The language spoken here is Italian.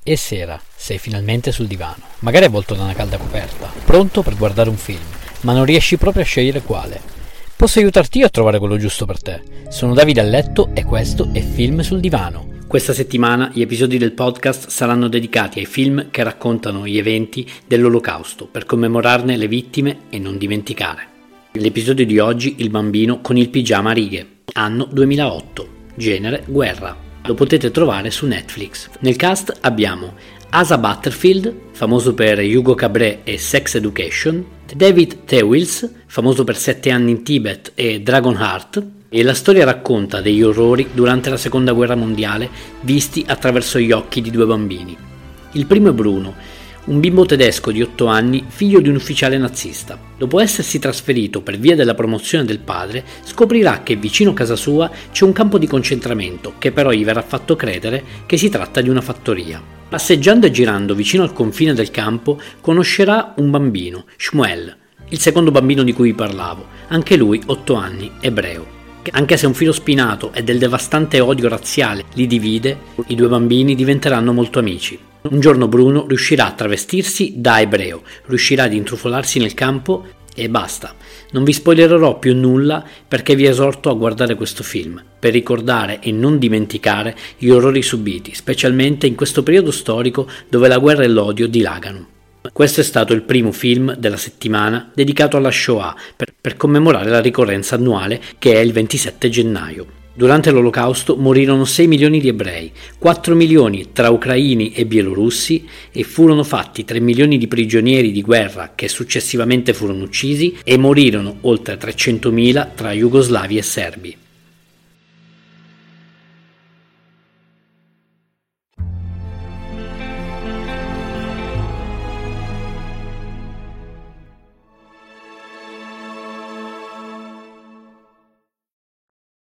E sera, sei finalmente sul divano, magari avvolto da una calda coperta, pronto per guardare un film, ma non riesci proprio a scegliere quale. Posso aiutarti io a trovare quello giusto per te. Sono Davide a letto e questo è Film sul divano. Questa settimana gli episodi del podcast saranno dedicati ai film che raccontano gli eventi dell'Olocausto per commemorarne le vittime e non dimenticare. L'episodio di oggi, Il bambino con il pigiama a righe, anno 2008, genere guerra. Lo potete trovare su Netflix. Nel cast abbiamo Asa Butterfield, famoso per Hugo Cabret e Sex Education, David Thewlis, famoso per 7 anni in Tibet e Dragonheart, e la storia racconta degli orrori durante la seconda guerra mondiale visti attraverso gli occhi di 2 bambini. Il primo è Bruno, un bimbo tedesco di 8 anni, figlio di un ufficiale nazista. Dopo essersi trasferito per via della promozione del padre, scoprirà che vicino a casa sua c'è un campo di concentramento che però gli verrà fatto credere che si tratta di una fattoria. Passeggiando e girando vicino al confine del campo, conoscerà un bambino, Shmuel, il secondo bambino di cui vi parlavo, anche lui 8 anni, ebreo. Anche se un filo spinato e del devastante odio razziale li divide, i 2 bambini diventeranno molto amici. Un giorno Bruno riuscirà a travestirsi da ebreo, riuscirà ad intrufolarsi nel campo e basta. Non vi spoilererò più nulla perché vi esorto a guardare questo film, per ricordare e non dimenticare gli orrori subiti, specialmente in questo periodo storico dove la guerra e l'odio dilagano. Questo è stato il primo film della settimana dedicato alla Shoah per commemorare la ricorrenza annuale che è il 27 gennaio. Durante l'Olocausto morirono 6 milioni di ebrei, 4 milioni tra ucraini e bielorussi e furono fatti 3 milioni di prigionieri di guerra che successivamente furono uccisi e morirono oltre 300.000 tra jugoslavi e serbi.